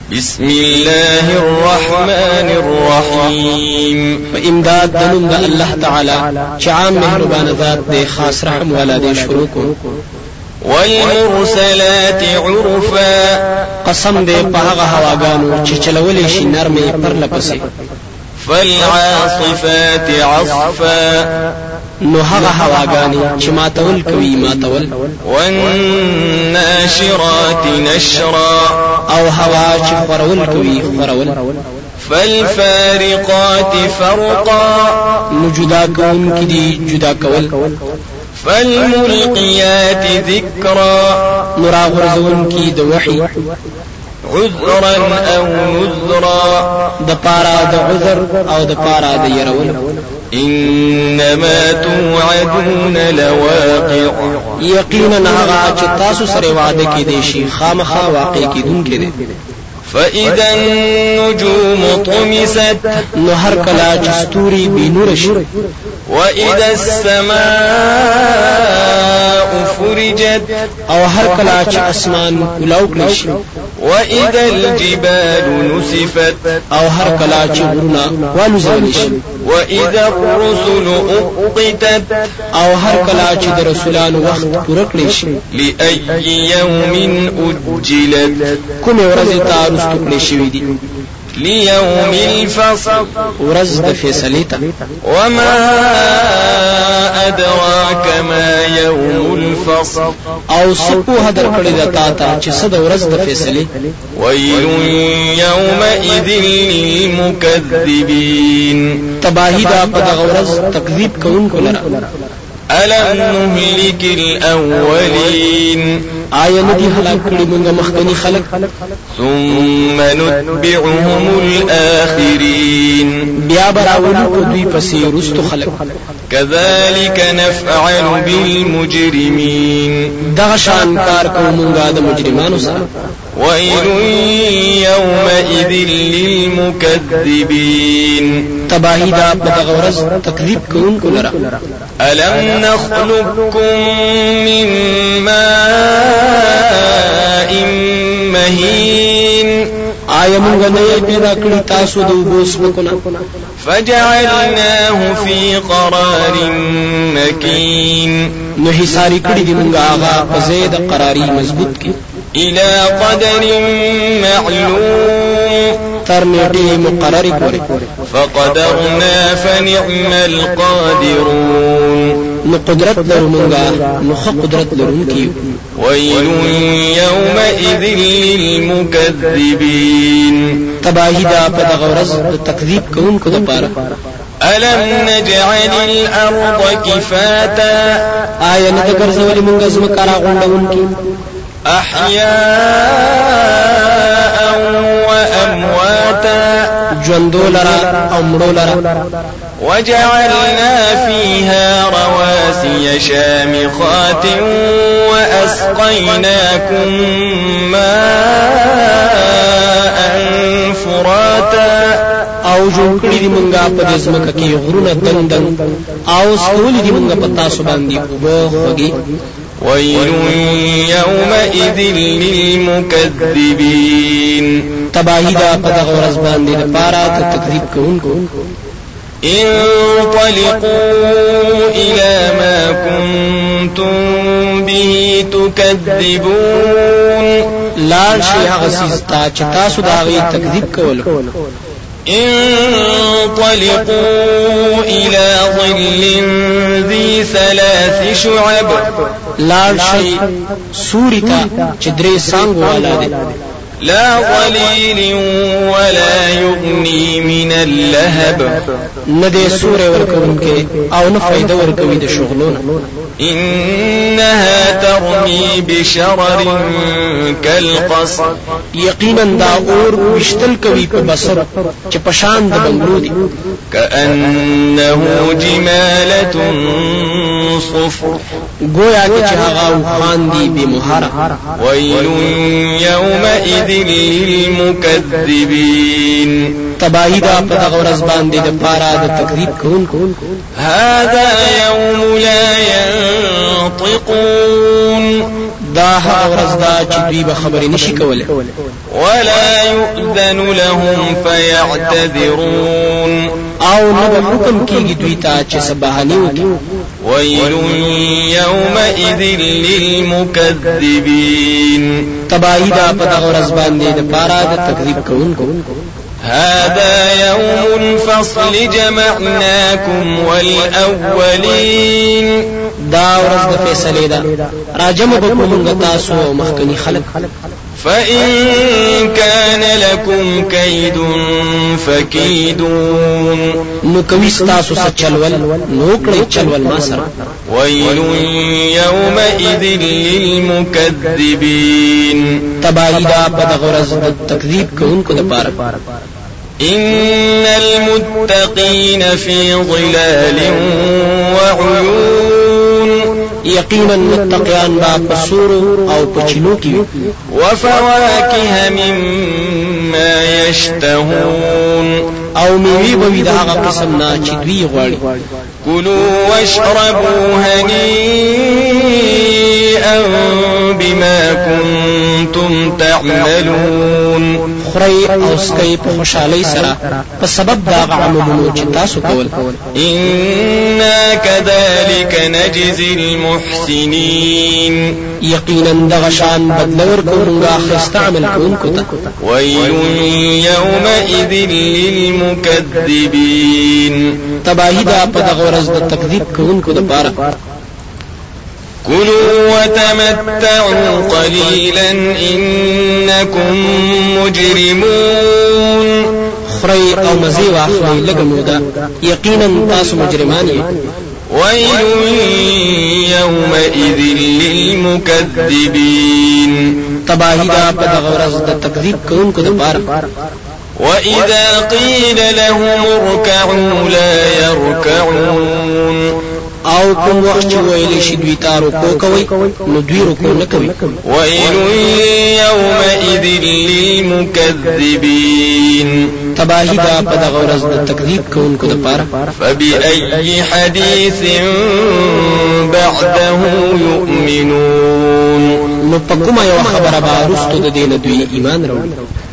بسم الله الرحمن الرحيم. فإمداد دنم دا الله تعالى چعام مهربان ذات دے خاص رحم والا دے شروع کو. والمرسلات عرفا قسم دے پاغا هواگانو چی چلولی شی نرمی پر لپسی. فالعاصفات عصفا نو هغه هواګانی چې ماتول کوي ماتول. والناشرات نشرا او هوا چې خورول کوي خورول. فالفارقات فرقا نو جدا کون کی دی جدا کول. فالملقيات ذكرا نو راغرزون کی د وحی. عذرا او نذرا د پارا د عذر او د پارا د يرول. انما توعدون لواقع یقینا هغه چې تاسو سره وعده کې دي شي خامخا واقع کیدونکې دي. فاذا النجوم طمست نو هر کله چې ستوري بنور شي. واذا السماء فرجت او هر کله چې اسمان کلاو کړي شي. واذا الجبال نسفت او هر کله چې غرونه والوزول شي. واذا الرسل اقتت او هر کله چې د رسولانو وخت پوره کړي شي. لأي يوم اجلت کوم ورځ ته رستو کړي شوی دي. ليوم الفصل ورځ د فیصلې ته. وما أدراك ما يوم الفصل او سپوه در کړی د تا ته چې څه د ورځ د فیصلې. ويل يومئذ للمكذبين تباہی دا په دغه ورځ تکذیب کوونکو لره. ألم نهلك الأولين آیا ندی هلاک کړي موږ مخکنی خلق. ثم نتبعهم الآخرين بیا براولو کو دوی پسې رستو خلق. كذلك نفعل بالمجرمين دغه شان کار کوو موږ د مجرمانو سره. ويل يومئذ للمكذبين تباہی دا په دغه ورځ تکذیب کوونکو لره. ألم نخلقكم من ماء مهين آیا موږ نه پیدا کړی تاسو د اوبو سپکونه. فجعلناه في قرار مكين نو حصاری کړی دی موږ هغه په زید قراری مضبوط کی. إلى قدر معلوم تر نیټه مقرری پورې. فقدرنا فنعم القادرون نو قدرت لرو مونږه نو خو قدرت لرونکي. ويل يومئذ للمكذبين تباہی دا په دغه ورځ د تکذیب کوونکو لپاره. ألم نجعل الأرض كفاتا آیا نه ګرځولې مونږ زمکه راغونډونکي. أحياء وأمواتا ژوندو لرا او مړو لرا. وجعلنا فيها رواسي شامخات وأسقيناكم ماء فراتا او جوړ کړی دی مونږه په ځمکه کې غرونه دندن او سولې دی مونږه په تاسو باندې وبو خوږي. ويل يومئذ للمكذبين تباہی دا په دغه ورځ باندې د پاره ته تکذیب کوونکو. انطلقوا إلى ما كنتم به تكذبون لاړ شي هغه سیز ته چې تاسو د هغې تکذیب کول. انطلقوا إلى ظل ذي 3 شعب لاړ شي سوري ته چې 3 څانګو والا دی. لا ظليل ولا يغني من اللهب ندې سورې ورکوونکې او نه فائدہ ورکوي د شغلونو. انها ترمي بشرر كالقصر یقینا دا اور وشتل کوي په بصر چې پشان د بنگلو دي. كأنه جمالة صفر گویا چې هغه خان دي به مهاره. ويل يومئذ للمكذبين تباہی دا په دغه ورځ باندې د پاره د تکذیب کوونکو. هذا يوم لا ينطقون دا ورځ دا چې دوی به خبرې نشي کولای ولا يؤذن لهم فيعتذرون او نه به حکم کیږي دوی ته چې سبحانه وکړي ويل يومئذ للمكذبين تباہی دا په دغه ورځ باندې د پاره د تکذیب کوونکو هذا يوم الفصل جمعناكم والأولين دا ورځ د فیصلې ده راجم بکومږه تاسو او مخکنی خلق فإن كان لكم كيد فكيدون نو کوي تاسو سچلول نو کړی چلول ما سره ويل يومئذ للمكذبين تباہی دا په دغه ورځ د تکذیب کوونکو لپاره إن المتقين في ظلال وعيون یقینا متقیان با پسور او پچلو کی وفواكه مما يشتهون او میوی بوی دا هغه قسم نه چې دوی غواړي كلوا واشربوا هنيئا بما كنتم تعملون خری او سکي په خوشالۍ سره په سبب دا عملونو چې تاسو کول إنا كذلك نجزي المحسنين یقینا دغه شان بدلور کومه خستعمل کوونکو ته ويل يومئذ للمكذبين تباہی دا په دغه ورځ د تکذیب کوونکو لپاره كلوا وتمتعوا قليلا إنكم مجرمون خری او مزي واخلي لګ مودا یقینا تاسو مجرمان یې ويل يومئذ للمكذبين تباہی دا په دغه ورځ د تکذیب کوونکو لپاره وإذا قيل لهم اركعوا لا يركعون او کوم وخت چې ویل شي دوی ته رکوع کوي نو دوی رکوع نه کوي ويل يومئذ للمكذبين تباہی دا په دغه ورځ د تکذیب کوونکو لپاره فبأي حديث بعده يؤمنون نو په کومه یو خبره به رستو د دین دوی ایمان راوړي